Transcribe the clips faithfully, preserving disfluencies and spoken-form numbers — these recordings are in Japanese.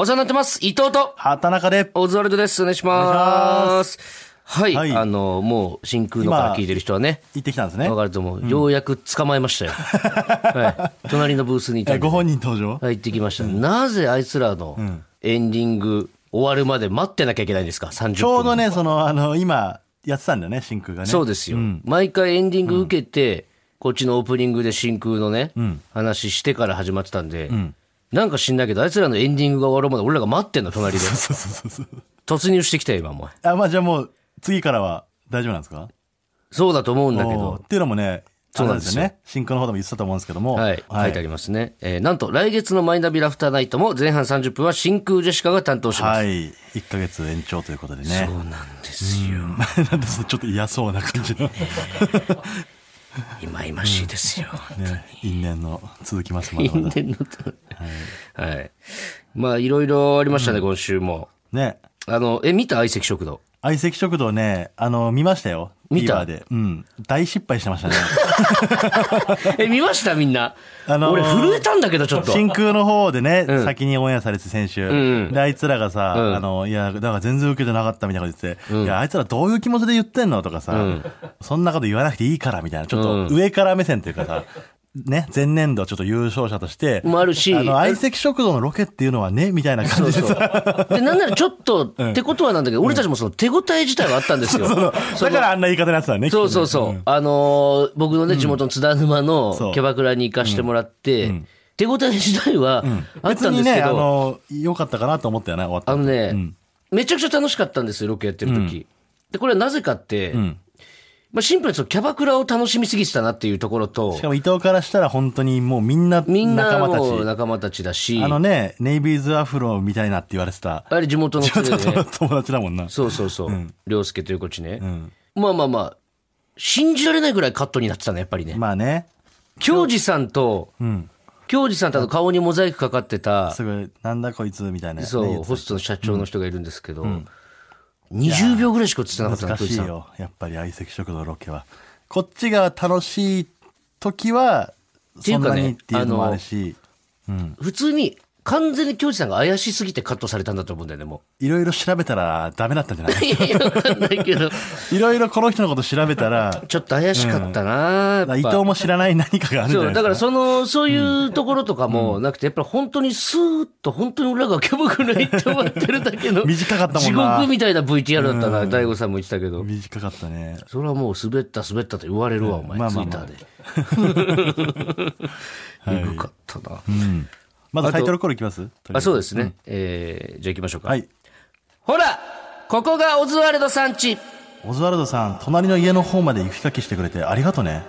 お世話になってます。伊藤と畑中でオズワルドです。お願いします。はい、はい、あのもう真空のから聞いてる人はね行ってきたんですね。 分かると思う、うん、ようやく捕まえましたよ、はい、隣のブースにいたんでご本人登場、 はい、行ってきました、うん、なぜあいつらのエンディング終わるまで待ってなきゃいけないんですか。さんじゅっぷん。 ちょうどねそのあの今やってたんだよね、真空がね。 そうですよ、うん、毎回エンディング受けて、うん、こっちのオープニングで真空のね、うん、話してから始まってたんで、うん、なんか知んないけどあいつらのエンディングが終わるまで俺らが待ってんの隣で。そうそうそうそう、突入してきたよ今も。 あ、まあじゃあもう次からは大丈夫なんですか。 そうだと思うんだけど。 っていうのもね、そうなんですよね、真空の方でも言ってたと思うんですけども、 はい、はい、書いてありますね、えー、なんと来月のマイナビラフターナイトも前半さんじゅっぷんは真空ジェシカが担当します。 はい、いっかげつ延長ということでね。 そうなんですよ。 なんでちょっと嫌そうな感じのいまいましいですよ、 うんね、因縁の続きますまだまだ因縁のはい、はい、まあいろいろありましたね、うん、今週もね。あのえ見た相席食堂。 相席食堂ね、あの見ましたよ。 見た TVer で、うん、大失敗してましたね。 え見ましたみんな、あのー、俺震えたんだけどちょっと真空の方でね、うん、先にオンエアされて先週、うんうん、であいつらがさ、うん、あのいやだから全然受けてなかったみたいなこと言ってて、うん、いやあいつらどういう気持ちで言ってんのとかさ、うん、そんなこと言わなくていいからみたいな、ちょっと上から目線というかさ、ね、前年度ちょっと優勝者としてもあるし、 あの相席食堂のロケっていうのはねみたいな感じでさ、そうそうでなんならちょっと、うん、ってことはなんだけど、俺たちもその手応え自体はあったんですよ。そうそうだからあんな言い方になってたね。 そうそうそう、うん、あのー、僕のね地元の津田沼のキャバクラに行かしてもらって、うんうん、手応え自体はあったんですけど、うん、別にね、 あのー、良かったかなと思ったよね、終わったあのね、うん、めちゃくちゃ楽しかったんですよロケやってる時、うん、でこれはなぜかって、うん、まあ、シンプルにそのキャバクラを楽しみすぎてたなっていうところと、 しかも伊藤からしたら本当にもうみんな仲間たち、 みんなもう仲間たちだし、 あのねネイビーズアフロみたいなって言われてたあれ地元の連れで、ね、 友達だもんな。 そうそうそう、うん、涼介というこっちね、うん、まあまあまあ信じられないぐらいカットになってたねやっぱりね。 まあね、 京二さんと、うん、京二さんと顔にモザイクかかってたすごいなんだこいつみたいな、ね、 そうホストの社長の人がいるんですけど、うん、にじゅうびょうぐらいしか映ってなかったの。 難しいよやっぱり相席食堂ロケは。こっちが楽しい時はそんなにっていうのもあるし、 うん、普通に完全に京二さんが怪しすぎてカットされたんだと思うんだよね。もういろいろ調べたらダメだったんじゃない？ いや分かんないけどいろいろこの人のこと調べたらちょっと怪しかったな、 うん、伊藤も知らない何かがあるんじゃないですか。 そうだからそのそういうところとかもなくて、やっぱり本当にスーッと本当に俺らがキャバクラ行って終わってるだけの短かったもんな、 地獄みたいな ブイティーアール だったな、大悟さんも言ってたけど短かったね。 それはもう滑った滑ったと言われるわ、うん、お前、まあまあまあ、ツイッターでえぐかったな、 うん、まずタイトルコールいきます？ あ、そうですね、うん、えー、じゃあ行きましょうか。 はい。 ほらここがオズワルドさんち。 オズワルドさん、隣の家の方まで雪かきしてくれてありがとね。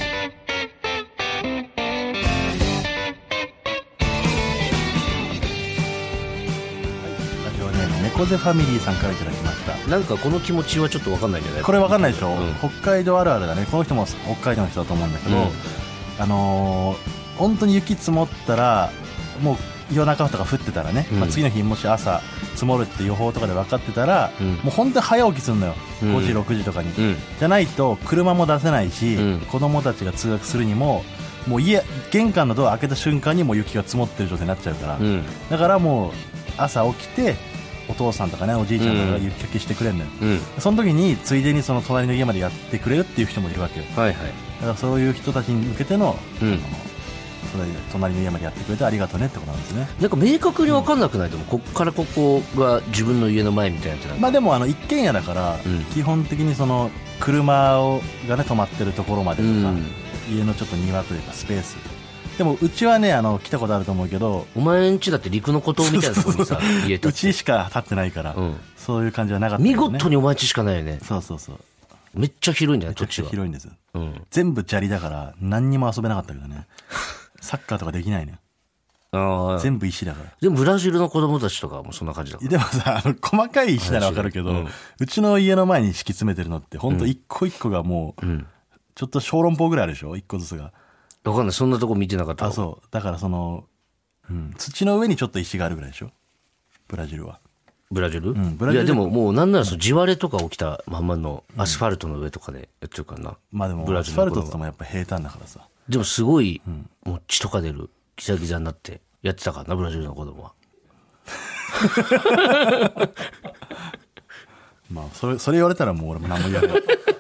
猫背ファミリーさんからいただきました。 なんかこの気持ちはちょっと分かんないんじゃない？ これ分かんないでしょ、うん、北海道あるあるだね。この人も北海道の人だと思うんだけど、うん、あのー、本当に雪積もったらもう夜中とか降ってたらね、うん、まあ、次の日もし朝積もるって予報とかで分かってたら、うん、もう本当に早起きするのよ、うん、ごじろくじとかに、うん、じゃないと車も出せないし、うん、子供たちが通学するにももう家玄関のドア開けた瞬間にもう雪が積もってる状態になっちゃうから、うん、だからもう朝起きてお父さんとかねおじいちゃんとかが雪かきしてくれるのよ、うん、その時についでにその隣の家までやってくれるっていう人もいるわけよ、はいはい、だからそういう人たちに向けての、うん、その隣の家までやってくれてありがとうねってことなんですね。 なんか明確に分かんなくないでも、うん、こっからここが自分の家の前みたいなってなんか、 まあでもあの一軒家だから、うん、基本的にその車をがね止まってるところまでとか、うん、家のちょっと庭というかスペースでもうちはねあの来たことあると思うけど、 お前んちだって陸の孤島みたいなところにさ家建ってうちしか建ってないから、うん、そういう感じはなかった、ね、 見事にお前んちしかないよね。 そうそうそう、 めっちゃ広いんだよね。 めちゃくちゃ広いんです、 うん、 全部砂利だから何にも遊べなかったけどねサッカーとかできないね。あ全部石だから。 でもブラジルの子供たちとかもそんな感じだから。 でもさあの細かい石なら分かるけど、うん、うちの家の前に敷き詰めてるのって本当一個一個がもう、うん、ちょっと小籠包ぐらいあるでしょ、一個ずつが。 分かんない、そんなとこ見てなかった。 あ、そうだからその、うん、土の上にちょっと石があるぐらいでしょブラジルは。 ブラジル、うん、 ブラジルいやでももうなんならその地割れとか起きたまんまのアスファルトの上とかでやってるからな、うん、 まあでもアスファルトって言ってもやっぱ平坦だからさ。 でもすごい、うん、もう血とか出るギザギザになってやってたからなブラジルの子供はまあそれそれ言われたらもう俺も何も言わない。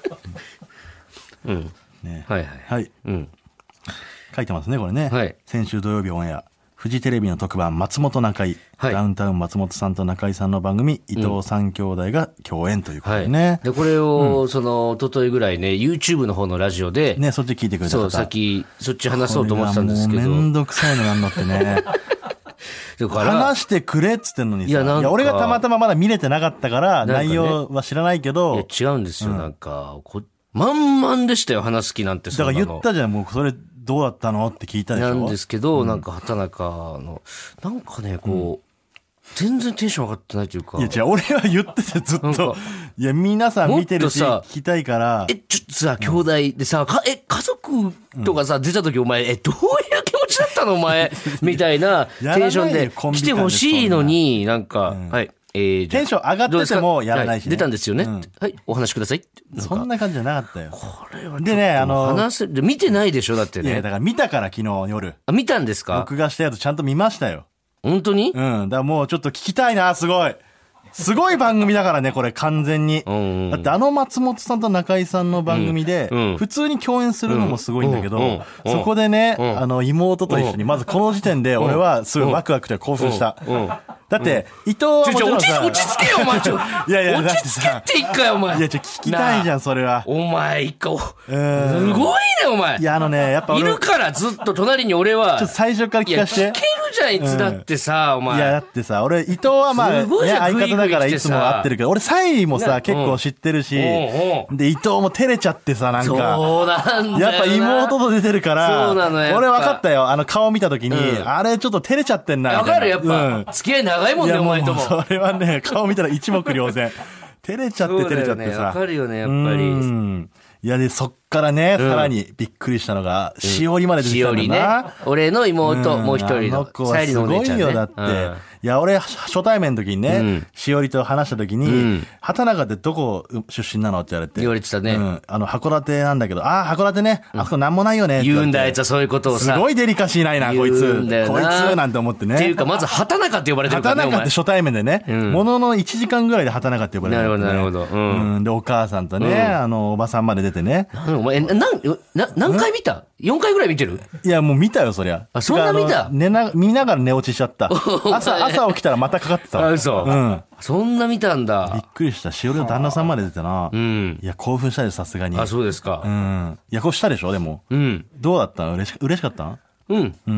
うんね、 はいはいはい、 うん、 書いてますねこれね、 はい、 先週土曜日オンエアフジテレビの特番松本中井、はい、ダウンタウン松本さんと中井さんの番組伊藤三兄弟が共演ということでね、 はい、でこれを、うん、その一昨日ぐらいね YouTube の方のラジオでねそっち聞いてくれた方そうさっきそっち話そうと思ってたんですけどめんどくさいのなんのってねだから話してくれっつってんのにさ、いやなんかいや俺がたまたままだ見れてなかったから、ね、内容は知らないけどいや違うんですよ、うん、なんかこ満々でしたよ話す気なんて。 だから言ったじゃんもうそれどうだったのって聞いたでしょ。 なんですけど、うん、なんか畑中のなんかねこう、うん、全然テンション上がってないというか。 いや違う俺は言っててずっといや皆さん見てるし聞きたいからえちょっとさ兄弟でさ、うん、かえ家族とかさ、うん、出た時お前えどういう気持ちだったのお前みたいなテンションで来てほしいのになんか、うん、はいえー、 テンション上がっててもやらないし、ねはい、出たんですよね、うん、はいお話しください。 そんな感じじゃなかったよ。 これはでねあの話せ見てないでしょだってね。 いやだから見たから昨日夜。 あ見たんですか。 録画したやつちゃんと見ましたよ。 本当に。 うんだからもうちょっと聞きたいなすごいすごい番組だからねこれ完全に、うんうん、だってあの松本さんと中井さんの番組で、うんうん、普通に共演するのもすごいんだけど、うんうんうん、そこでね、うん、あの妹と一緒にまずこの時点で俺はすごいワクワクで興奮した、うんうん、だって、うん、伊藤はもちろんさ落ち着けよお前ちょいやいや落ち着けって一回お前いやちょ聞きたいじゃんそれはお前一回すごいねお前。 いやあのねやっぱいるからずっと隣に俺はちょっと最初から聞かして。 いや聞けるじゃんいつだってさ、うん、お前。 いやだってさ俺伊藤はまあ、ね、相方だからいつも会ってるけど俺サイもさ結構知ってるし、うん、で伊藤も照れちゃってさなんかそうなんだよやっぱ妹と出てるからそうなのよ俺分かったよあの顔見た時に、うん、あれちょっと照れちゃってんなみたいな。 分かるやっぱ、うん、付き合い長いもんねお前とも。 それはね顔見たら一目瞭然照れちゃって照れちゃってさ。 分かるよねやっぱり。うんいやでそっからね、うん、さらにびっくりしたのが、うん、しおりまで出てきたんだな。しおりね。 俺の妹、うん、もう一人のさゆりのお姉ちゃん、ね、すごいよだって。うんいや、俺、初対面の時にね、うん、しおりと話した時に、うん、畑中ってどこ出身なのって言われて。 言われてたね。 うん。あの、函館なんだけど、ああ、函館ね、あそこなんもないよねって言うんだ、あいつはそういうことをさ。 すごいデリカシーないな、こいつ。こいつなんて思ってね。 っていうか、まず畑中って呼ばれてるからね。 畑中って初対面でね、うん、もののいちじかんぐらいで畑中って呼ばれてる、ね。 なるほど、なるほど。 うん。うん、で、お母さんとね、うん、あの、おばさんまで出てね。 お前、な、な、何回見た ?よん 回ぐらい見てる？ いや、もう見たよ、そりゃ。 あ、そんな見た？ 寝な、見ながら寝落ちしちゃった。朝、朝起きたらまたかかってた。 あ、嘘。うん。そんな見たんだ。 びっくりした。しおりの旦那さんまで出てな。うん。いや、興奮したです、さすがに。 あ、そうですか。 うん。いや、こうしたでしょ、でも。うん。どうだったの？嬉し、嬉しかったうん。 うん。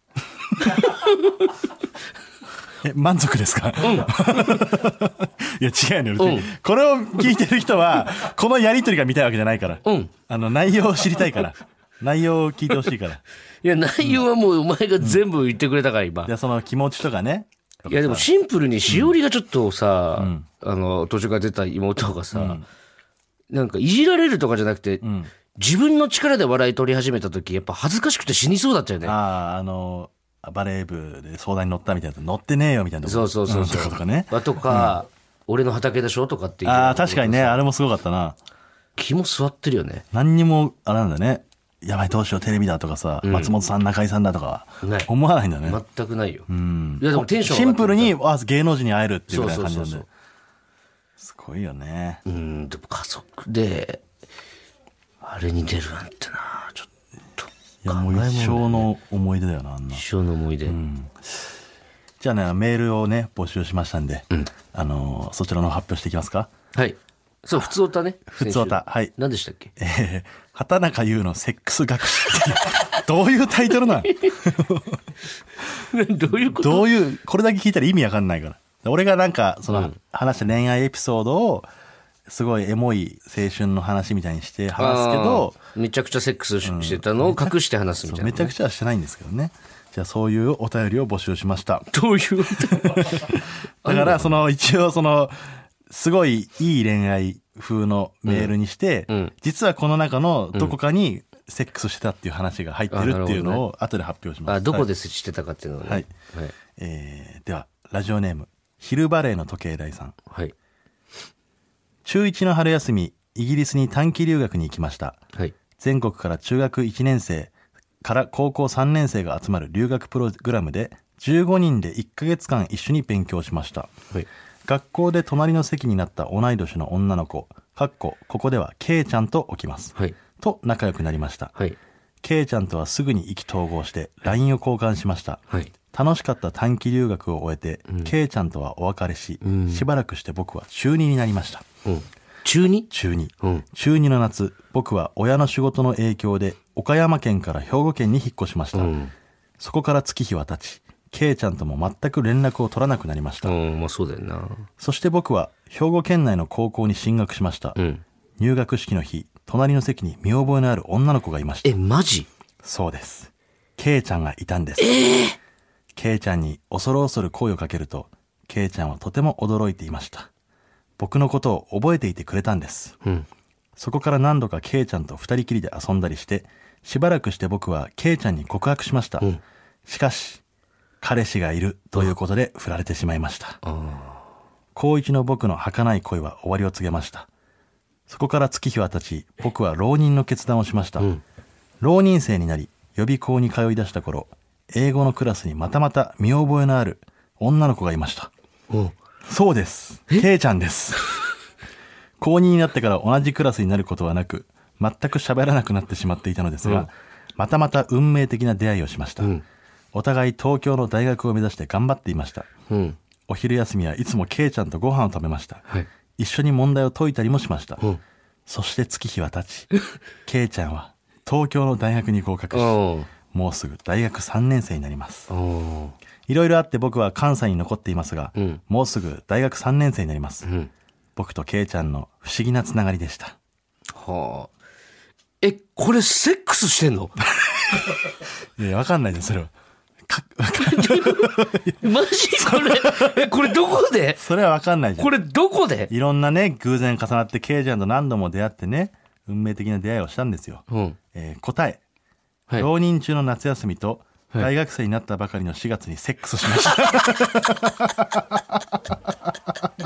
え、満足ですか？うん。いや、違うのよ、うん。これを聞いてる人は、このやりとりが見たいわけじゃないから。うん。あの、内容を知りたいから。内容を聞いてほしいから。 いや、内容はもうお前が全部言ってくれたから、今。 いや、その気持ちとかね。 いや、でもシンプルにしおりがちょっとさ、うん、あの、途中から出た妹がさ、うん、なんかいじられるとかじゃなくて、うん、自分の力で笑い取り始めた時、やっぱ恥ずかしくて死にそうだったよね。 ああ、あの、バレー部で相談に乗ったみたいな。乗ってねえよみたいな。 そうそうそうそう。 とかね。 とか、うん、俺の畑でしょとかっていう。 ああ、確かにね、あれもすごかったな。 気も座ってるよね。 何にも、あれなんだね。やばいどうしようテレビだとかさ、うん、松本さん中井さんだとか思わないんだね。 全くないよ。 うん。 いやでもテンションシンプルにあ芸能人に会えるっていうぐらいな感じなんで。そうそうそうそうすごいよね。 うん。でも家族であれに出るなんてなちょっと。 いやもう一生の思い出だよなあんな。 一生の思い出。うん、 じゃあねメールをね募集しましたんで、うん、あのー、そちらの発表していきますか。 はい。そう普通歌ね。 普通歌はい。 何でしたっけ？ えー、畑中優のセックス学習っていうどういうタイトルなん？ どういうこと？ どういうこれだけ聞いたら意味わかんないから。俺がなんかその、うん、話した恋愛エピソードをすごいエモい青春の話みたいにして話すけど、 めちゃくちゃセックスしてたのを隠して話すみたいな、ねめちゃくちゃはしてないんですけどね。じゃあそういうお便りを募集しました。 どういうお便り？ だからその一応そのすごいいい恋愛風のメールにして、うんうん、実はこの中のどこかにセックスしてたっていう話が入ってるっていうのを後で発表します。 あ、どこでしてたかっていうのをね。 はい。はい、えー、ではラジオネームヒルバレーの時計台さん。 はい。 中いちの春休みイギリスに短期留学に行きました。 はい。 全国から中学いちねん生から高校さんねん生が集まる留学プログラムでじゅうごにんでいっかげつかん一緒に勉強しました、 はい、 学校で隣の席になった同い年の女の子かっこここでは K ちゃんと置きます、 はい、 と仲良くなりました、 はい、 K ちゃんとはすぐに意気投合して ライン を交換しました、 はい、 楽しかった短期留学を終えて、うん、K ちゃんとはお別れし、うん、しばらくして僕は中にになりました、 うん、中に? 中に、 うん、 中にの夏、僕は親の仕事の影響で岡山県から兵庫県に引っ越しました、うん、そこから月日は経ち、K ちゃんとも全く連絡を取らなくなりました、 うん、まあそうだよな。 そして僕は兵庫県内の高校に進学しました、うん、入学式の日、隣の席に見覚えのある女の子がいました。 え、マジ? そうです。K ちゃんがいたんです。 えー、 K ちゃんに恐る恐る声をかけると、K ちゃんはとても驚いていました。僕のことを覚えていてくれたんです、うん、そこから何度か K ちゃんと二人きりで遊んだりして、しばらくして僕は K ちゃんに告白しました、うん、しかし彼氏がいるということで振られてしまいました。高一の僕の儚い恋は終わりを告げました。そこから月日は経ち、僕は浪人の決断をしました、うん、浪人生になり予備校に通い出した頃、英語のクラスにまたまた見覚えのある女の子がいました。そうです、 K ちゃんです高にになってから同じクラスになることはなく、全く喋らなくなってしまっていたのですが、うん、またまた運命的な出会いをしました、うん、お互い東京の大学を目指して頑張っていました、うん、お昼休みはいつも K ちゃんとご飯を食べました、はい、一緒に問題を解いたりもしました、うん、そして月日は経ちK ちゃんは東京の大学に合格し、もうすぐ大学さんねん生になります。いろいろあって僕は関西に残っていますが、うん、もうすぐ大学さんねん生になります、うん、僕と K ちゃんの不思議なつながりでした。 はあ、え、これセックスしてんの？ いや、わかんないです、それは。かマジこれ、え、これどこで？ それはわかんないじゃん。 これどこで？ いろんなね、偶然重なって K ちゃんと何度も出会ってね、運命的な出会いをしたんですよ。うん、えー、答え、はい、浪人中の夏休みと大学生になったばかりのしがつにセックスしました。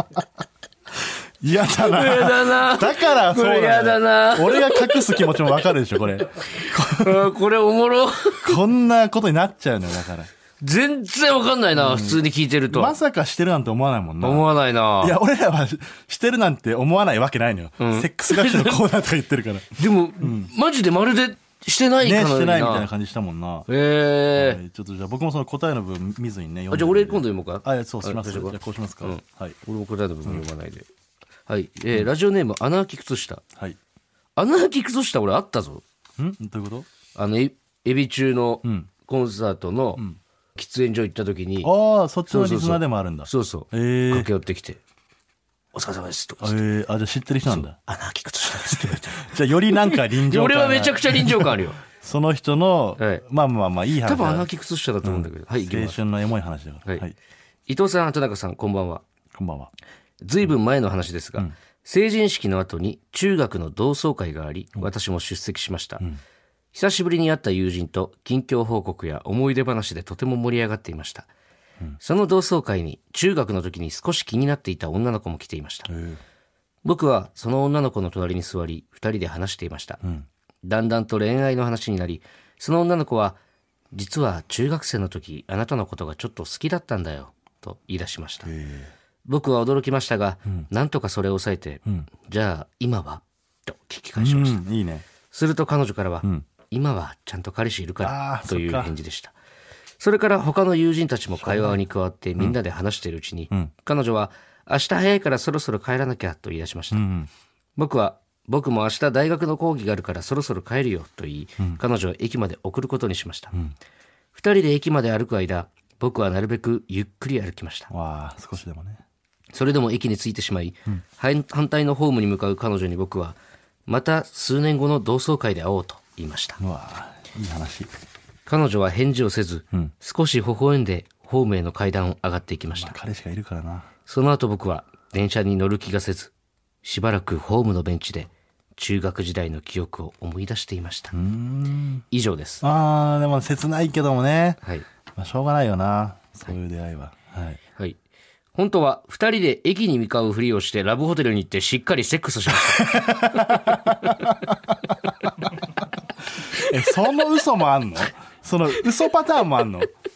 嫌だな。 嫌だな。 だからそうだよ。 嫌だな。 俺が隠す気持ちもわかるでしょ、これ。 これおもろ。 こんなことになっちゃうのよ、だから。 全然わかんないな、うん、普通に聞いてると。 まさかしてるなんて思わないもんな。 思わないな。 いや、俺らはしてるなんて思わないわけないのよ。うん、セックス学習のコーナーとか言ってるから。 でも、うん、マジでまるでしてないかな、 ね、してないみたいな感じしたもんな。 へえーはい。ちょっとじゃあ僕もその答えの部分見ずにね、 あ、じゃあ俺今度読もうか。 あ、そうします。じゃあこうしますか。うん、はい。 俺も答えの部分読まないで。うん、はい、えー、ラジオネーム穴あき靴下。 はい。 穴あき靴下俺あったぞ。 ん？どういうこと？ あのエビ中のコンサートの喫煙所行った時に、 ああ、そっちのリスナーでもあるんだ。 そうそう。えー、駆け寄ってきて、お疲れ様ですとか。 えー、あ、じゃあ知ってる人なんだ。 穴あき靴下ですって言われて。 じゃあよりなんか臨場感。 俺はめちゃくちゃ臨場感あるよ。 その人の、はい、まあまあまあいい話。 多分穴あき靴下だと思うんだけど。うん、はい、 青春のエモい話だから。はい。はい、 伊藤さん、畑中さん、こんばんは。 こんばんは。 ずいぶん前の話ですが、うん、成人式の後に中学の同窓会があり、私も出席しました、うん、久しぶりに会った友人と近況報告や思い出話でとても盛り上がっていました、うん、その同窓会に中学の時に少し気になっていた女の子も来ていました。僕はその女の子の隣に座り二人で話していました、うん、だんだんと恋愛の話になり、その女の子は実は中学生の時あなたのことがちょっと好きだったんだよと言い出しました。僕は驚きましたが、うん、なんとかそれを抑えて、うん、じゃあ今はと聞き返しました、 うん、いいね。 すると彼女からは、うん、今はちゃんと彼氏いるからという返事でした。 そ, それから他の友人たちも会話に加わってみんなで話しているうちに、うん、彼女は明日早いからそろそろ帰らなきゃと言い出しました、うん、僕は僕も明日大学の講義があるからそろそろ帰るよと言い、うん、彼女を駅まで送ることにしました、うん、二人で駅まで歩く間、僕はなるべくゆっくり歩きました。 わあ、少しでもね。 それでも駅に着いてしまい、うん、反対のホームに向かう彼女に僕はまた数年後の同窓会で会おうと言いました。 うわ、いい話。 彼女は返事をせず、うん、少し微笑んでホームへの階段を上がっていきました、 まあ、彼氏がいるからな。 その後僕は電車に乗る気がせず、しばらくホームのベンチで中学時代の記憶を思い出していました。うーん、以上です。 あー、でも切ないけどもね、はい、まあ、しょうがないよな、そういう出会いは。はい、はいはい、本当はふたりで駅に向かうふりをしてラブホテルに行ってしっかりセックスしましたえ、その嘘もあんの？その嘘パターンもあんの？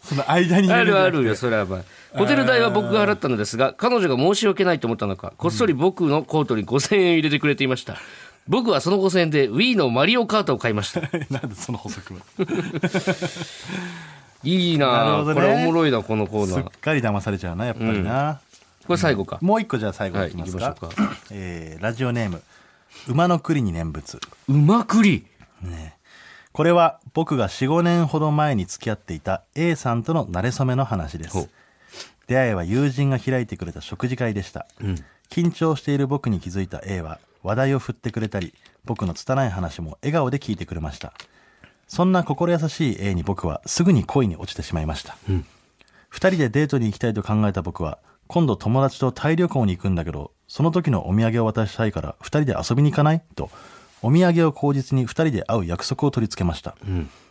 その間に入れるんじゃなくてあるあるよ、それはまあ。ホテル代は僕が払ったのですが、彼女が申し訳ないと思ったのか、こっそり僕のコートにごせんえん入れてくれていました。僕はそのごせんえんで Wii のマリオカートを買いました。 なんでその補足は。 いいななるほどねこれおもろいな、このコーナすっー。 かり騙されちゃうな、やっぱりな。 これ最後か。 もう一個じゃあ最後いきますか。 はい行きましょうかえーラジオネーム、馬の栗に念仏。 うまくり。 これは僕がよん、ごねんほど前に付き合っていた A さんとの馴れ初めの話でほうす。出会いは友人が開いてくれた食事会でした。緊張している僕に気づいた A は話題を振ってくれたり、僕の拙い話も笑顔で聞いてくれました。そんな心優しい A に僕はすぐに恋に落ちてしまいました。二人でデートに行きたいと考えた僕は、今度友達とタイ旅行に行くんだけど、その時のお土産を渡したいから二人で遊びに行かないと、お土産を口実に二人で会う約束を取り付けました。うん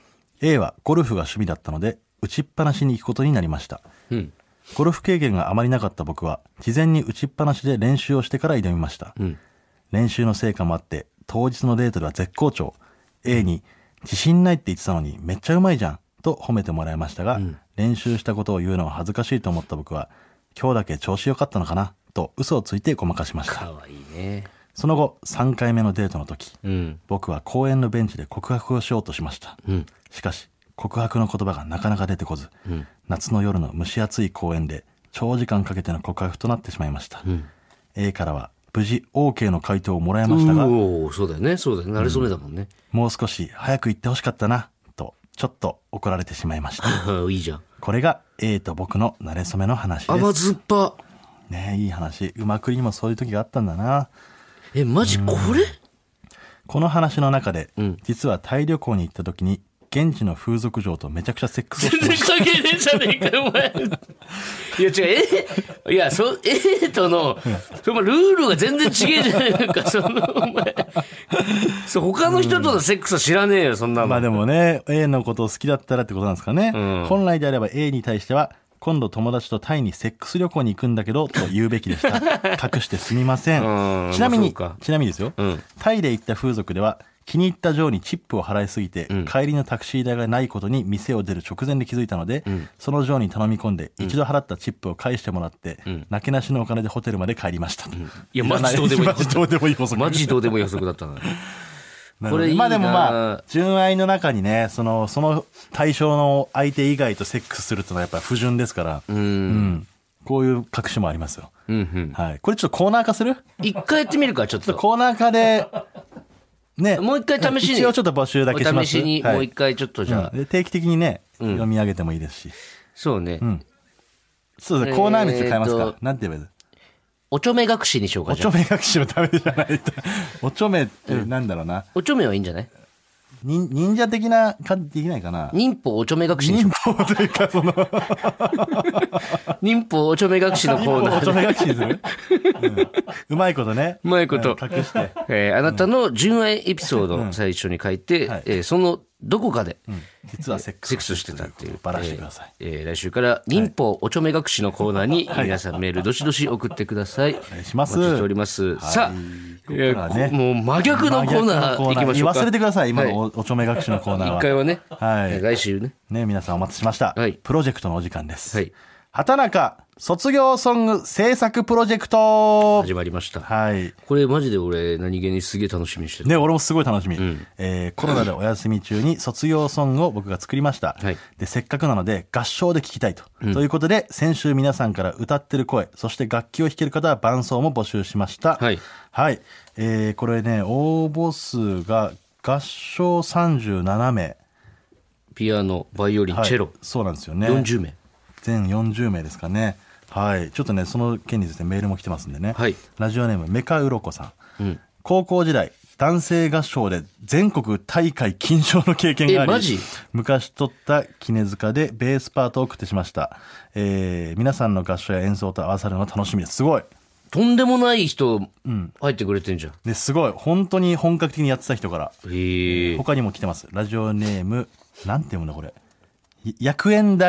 、A はゴルフが趣味だったので、打ちっぱなしに行くことになりました。うん、ゴルフ経験があまりなかった僕は、事前に打ちっぱなしで練習をしてから挑みました。うん、練習の成果もあって、当日のデートでは絶好調。A に、自信ないって言ってたのにめっちゃうまいじゃんと褒めてもらいましたが、うん、練習したことを言うのは恥ずかしいと思った僕は、今日だけ調子良かったのかなと嘘をついてごまかしました。 かわいいね。 その後さんかいめのデートの時、 うん、 僕は公園のベンチで告白をしようとしました。うん、しかし告白の言葉がなかなか出てこず、うん、夏の夜の蒸し暑い公園で長時間かけての告白となってしまいました。うん、A からは無事 OK の回答をもらいましたが、 おー、そうだよね、そうだよね、慣れ初めだもんね、 うん、もう少し早く言ってほしかったなとちょっと怒られてしまいました。 いいじゃん。 これが A と僕の馴れ初めの話です。 甘酸っぱねえ、いい話。うまくりにもそういう時があったんだな。 え、マジこれ、 この話の中で、 うん、 実はタイ旅行に行った時に現地の風俗嬢とめちゃくちゃセックスをしてました。全然関係ねえじゃねえかよお前。いや違う、えいやそ A とのそのルールが全然違えじゃねえか。そのお前そう他の人とのセックスは知らねえよそんなの。 まあでもね A のことを好きだったらってことなんですかね、うん、本来であれば A に対しては今度友達とタイにセックス旅行に行くんだけどと言うべきでした。隠してすみません。ちなみに、ちなみにですよ、うん、タイで行った風俗では気に入った嬢にチップを払いすぎて、うん、帰りのタクシー代がないことに店を出る直前で気づいたので、うん、その嬢に頼み込んで、うん、一度払ったチップを返してもらって、うん、なけなしのお金でホテルまで帰りました、うん、 いやマジどうでもいいマジどうでもいい補足マジどうでもいい補足だったな。 これいいな。まあでもまあ純愛の中にねそのその対象の相手以外とセックスするというのはやっぱ不純ですから、うん、うん、こういう隠しもありますよ、うんうん、はい、これちょっとコーナー化する？ 一回やってみるかちょっとコーナー化でね、 もう一回試しに一応ちょっと募集だけします。 お試しにもう一回ちょっとじゃあ、 はい、うん、で定期的にね、うん、読み上げてもいいですし。 そうね、 うん、そうですね、コーナー名変えますか、なんて言えばいいです？ おちょめ隠しにしようか。 おちょめ隠しのためじゃないとおちょめってなんだろうな、うん、 おちょめはいいんじゃない？ に忍者的な感じできないかな。 忍法おちょめ隠しにしよう。忍法というかその忍法おちょめ隠しのコーナーおちょめ隠しにする、うん、うまいことね、 うまいこと、 うん、隠して、 えー、あなたの純愛エピソードを最初に書いて、うん、はい、えー、そのどこかで、うん、 実はセックスセックスしてたっていうバラしてください、 えーえー、来週から忍法おちょめ隠しのコーナーに皆さんメールどしどし送ってください。 お願いします。 お待ちしております、はい、さあ、 ここからね、 もう真逆のコーナー行きましょうか。 忘れてください今の お,、はい、おちょめ隠しのコーナーは一回はね、 はい、 来週ねね、皆さんお待ちしました、はい、プロジェクトのお時間です、 はい、 畑中卒業ソング制作プロジェクト始まりました。 はい。 これマジで俺何気にすげえ楽しみにしてる。 ね、俺もすごい楽しみ。うん、えー、コロナでお休み中に卒業ソングを僕が作りました。はい、で、せっかくなので合唱で聴きたいと、うん。ということで、先週皆さんから歌ってる声、そして楽器を弾ける方は伴奏も募集しました。はい。はい。えー、これね、応募数が合唱さんじゅうななめい。 ピアノ、バイオリン、チェロ。はい、 そうなんですよね。 よんじゅうめい。 全よんじゅうめいですかね。はい、ちょっとねその件についてメールも来てますんでね、はい、ラジオネームメカウロコさん、うん、高校時代男性合唱で全国大会金賞の経験があり、 えマジ昔取った杵塚でベースパートを送ってしました、えー、皆さんの合唱や演奏と合わさるのが楽しみです。すごいとんでもない人入ってくれてんじゃん、 うん、ですごい本当に本格的にやってた人から、 えー、 他にも来てます。ラジオネームなんて読むのこれ薬園大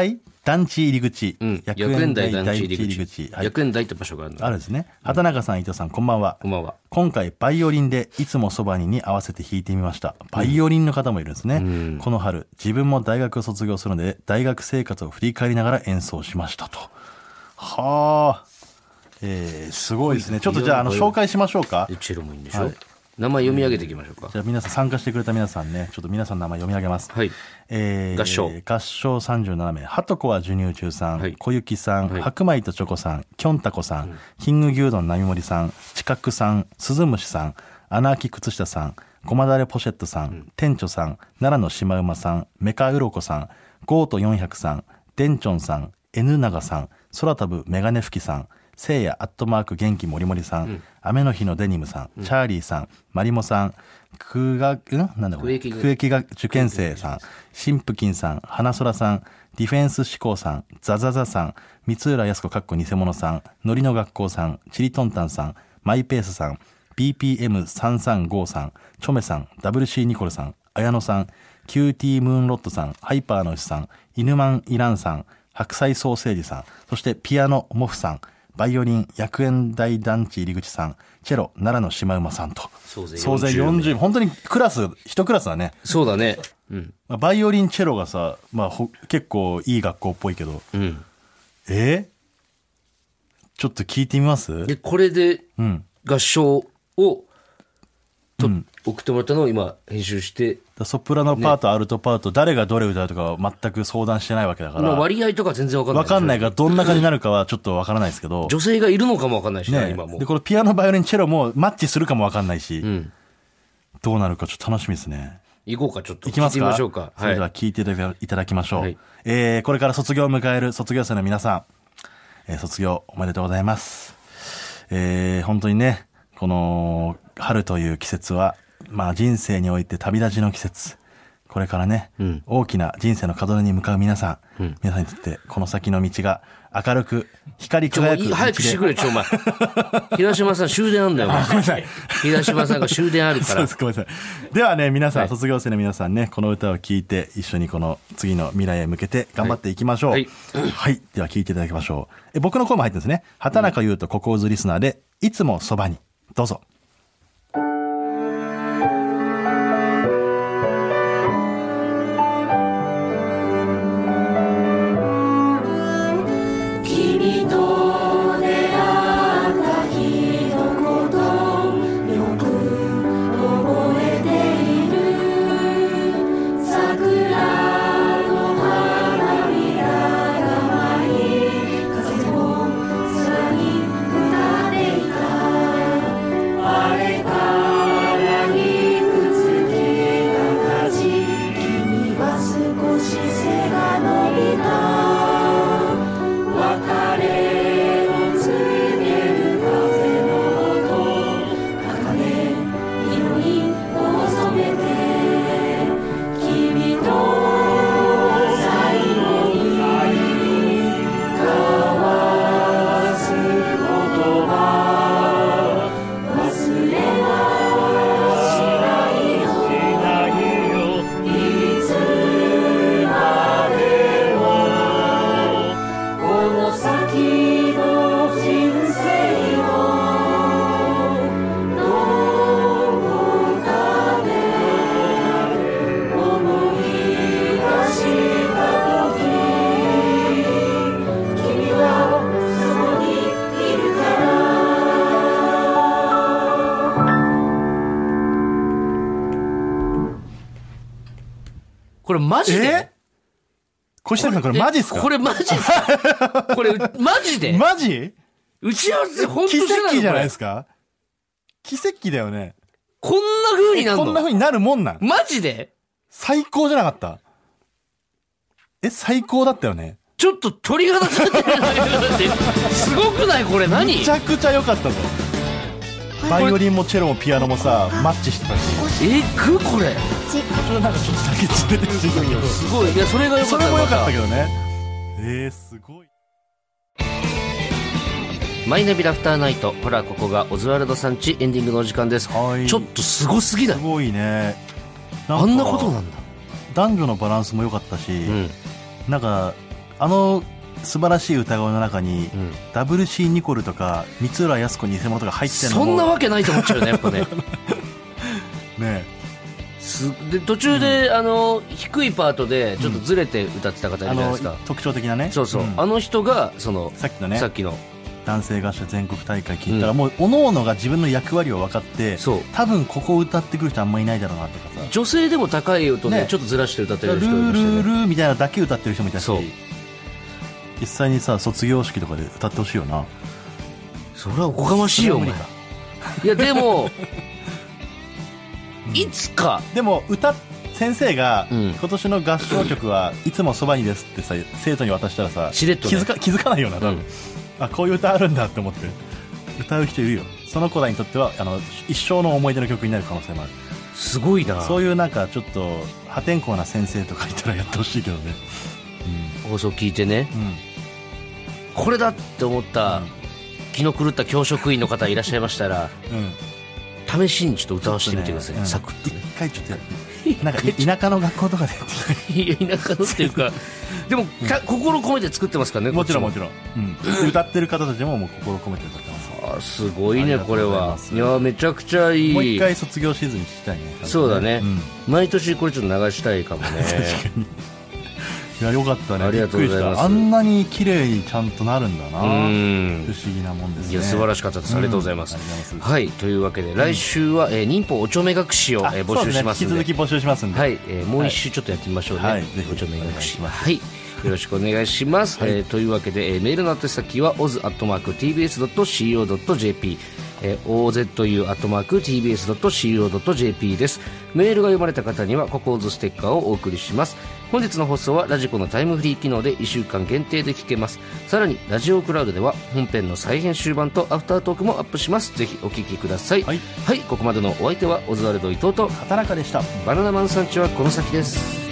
団地入り口、 うん、薬園台団地入り口、はい、薬園台って場所があるのあるんですね。畑中さん、伊藤さん、こんばんは。 こんばんは。 今回バイオリンでいつもそばにに合わせて弾いてみました。バイオリンの方もいるんですね、うん、この春自分も大学を卒業するので大学生活を振り返りながら演奏しましたと。はあ、えー、すごいですね。ちょっとじゃあ、あの紹介しましょうか。 チェロもいいんでしょ、はい、名前読み上げていきましょうか。 じゃあ皆さん、参加してくれた皆さんね、ちょっと皆さんの名前読み上げます。 はい。 えー、 合唱合唱さんじゅうななめい、はとこは授乳中さん、はい、小雪さん、はい、白米とチョコさん、きょんたこさん、うん、キング牛丼並盛さん、ちかくさん、すずむしさん、穴あき靴下さん、ごまだれポシェットさん、うん、店長さん、奈良のしまうまさん、メカうろこさん、ゴートよんひゃくさん、デンチョンさん、N 長さん、空飛ぶメガネ吹きさん、せいやアットマーク元気もりもりさん、うん、雨の日のデニムさん、うん、チャーリーさん、マリモさん、くが、んなんだこれ、区域が受験生さん、シンプキンさん、花空さん、ディフェンス志向さん、ザザザさん、三浦靖子かっこ偽物さん、のりの学校さん、チリトンタンさん、マイペースさん、ビーピーエムさんさんご さん、チョメさん、ダブリューシー ニコルさん、綾野さん、キューティームーンロットさん、ハイパーの牛さん、イヌマンイランさん、白菜ソーセージさん、そしてピアノモフさん、バイオリン薬園台団地入り口さん、チェロ奈良のしまうまさんと総勢よんじゅう、本当にクラス一クラスだね。 そうだね、うん、 バイオリンチェロがさ、まあ、ほ結構いい学校っぽいけど、うん、えー、ちょっと聞いてみます？ でこれで合唱をと、うん、送ってもらったのを今編集して、 ソプラノパート、ね、アルトパート誰がどれ歌うとかは全く相談してないわけだから、まあ、 割合とか全然分かんない分かんないからどんな感じになるかはちょっと分からないですけど女性がいるのかも分かんないしね、今もでこのピアノバイオリンチェロもマッチするかも分かんないし、うん、どうなるかちょっと楽しみですね。 行こうか、ちょっと行きますか。 行きましょうか、はい、 それでは聞いていただきましょう、はい、えー、これから卒業を迎える卒業生の皆さん、えー、卒業おめでとうございます。えー、本当にね、この春という季節はまあ人生において旅立ちの季節、これからね、うん、大きな人生の門出に向かう皆さん、うん、皆さんにとってこの先の道が明るく光り輝く道で。 早くしてくれちょお前平島さん終電あんだよ。ごめんなさい、平島さんが終電あるから。そうです、 ごめんなさい。ではね、皆さん、はい、卒業生の皆さんね、この歌を聴いて一緒にこの次の未来へ向けて頑張っていきましょう。はい、はいはい、では聴いていただきましょう。え僕の声も入ってるんですね。畑中優斗ココーズリスナーでいつもそばに、どうぞ。 これマジで？ 小下さんこれマジっすか？ これマジっすか？これマジで？ マジ？ 打ち合わせ本当じゃないの？ 奇跡じゃないですか？奇跡だよね。 こんな風になるの？ こんな風になるもんなん？ マジで？ 最高じゃなかった？え、最高だったよね。 ちょっと鳥肌立ってるすごくない？これ何？ めちゃくちゃ良かったぞ。バイオリンもチェロもピアノもさマッチしてたし。 えぐこれ。 ちょっとなんかちょっとだけずれてる自分よ。 すごい。いやそれが良かった。 それも良かったけどね。えー、すごい。 マイナビラフターナイト。ほらここがオズワルドさんちエンディングのお時間です。はい。ちょっとすごすぎだ。 すごいね。 あんなことなんだ。 男女のバランスも良かったし、うん、なんかあの素晴らしい歌声の中に、 うん、 ダブルシー ニコルとか三浦靖子偽物とか入ってんのもそんなわけないと思っちゃうよねやっぱねねすで途中で、うん、あの低いパートでちょっとずれて歌ってた方いるじゃないですか、 うん、特徴的なね。 そうそう、うん、あの人がそのさっきのねさっきの男性合唱全国大会聞いたら、うん、もう各々が自分の役割を分かって、そう多分ここを歌ってくる人あんまいないだろうなとかさ、 女性でも高い音で、ね、ちょっとずらして歌ってる人いましたね。 ルールールーみたいなだけ歌ってる人もいたし、実際にさ卒業式とかで歌ってほしいよな。 それはおこがましいよお前。いやでもいつかでも歌先生が、うん、今年の合唱曲はいつもそばにですってさ生徒に渡したらさ、 しれっとね、 気づか気づかないよな多分、うん、あこういう歌あるんだって思って歌う人いるよ。その子らにとってはあの一生の思い出の曲になる可能性もある。 すごいな。 そういうなんかちょっと破天荒な先生とかいたらやってほしいけどね、 うん、放送聞いてね、うん、これだって思った、うん、気の狂った教職員の方いらっしゃいましたら、うん、試しにちょっと歌わせてみてください、ね、うん、 サクッとね一回ちょっとやってなんか田舎の学校とかでやっていや田舎のっていうかでも、うん、心込めて作ってますからね。 もちろんもちろん、うん、歌ってる方たちももう心込めて歌ってます。 あすごいねこれは。いやめちゃくちゃいい。 もう一回卒業シーズンに聞きたいね。 そうだね、うん、毎年これちょっと流したいかもね確かに。いやよかったね。 ありがとうございます。 あんなに綺麗にちゃんとなるんだな。うん、不思議なもんですね。 いや素晴らしかったです。ありがとうございます、うん、はいというわけで来週は、えー、忍法おちょめ隠しを、えー、募集しますので、 ね、引き続き募集しますんで、 はいえー、もう一周ちょっとやってみましょうね、はい、おちょめ隠しはいよろしくお願いします、はいえー、というわけで、えー、メールの宛先は オズ アットマーク ティービーエス ドット シーオー ドット ジェーピー、えー、オーゼットユー アットマーク ティービーエス ドット シーオー ドット ジェーピー です。メールが読まれた方にはココーズステッカーをお送りします。本日の放送はラジコのタイムフリー機能でいっしゅうかん限定で聞けます。さらにラジオクラウドでは本編の再編集版とアフタートークもアップします。ぜひお聞きください。はい、はい、ここまでのお相手はオズワルド伊藤と畑中でした。 バナナマンさんちはこの先です。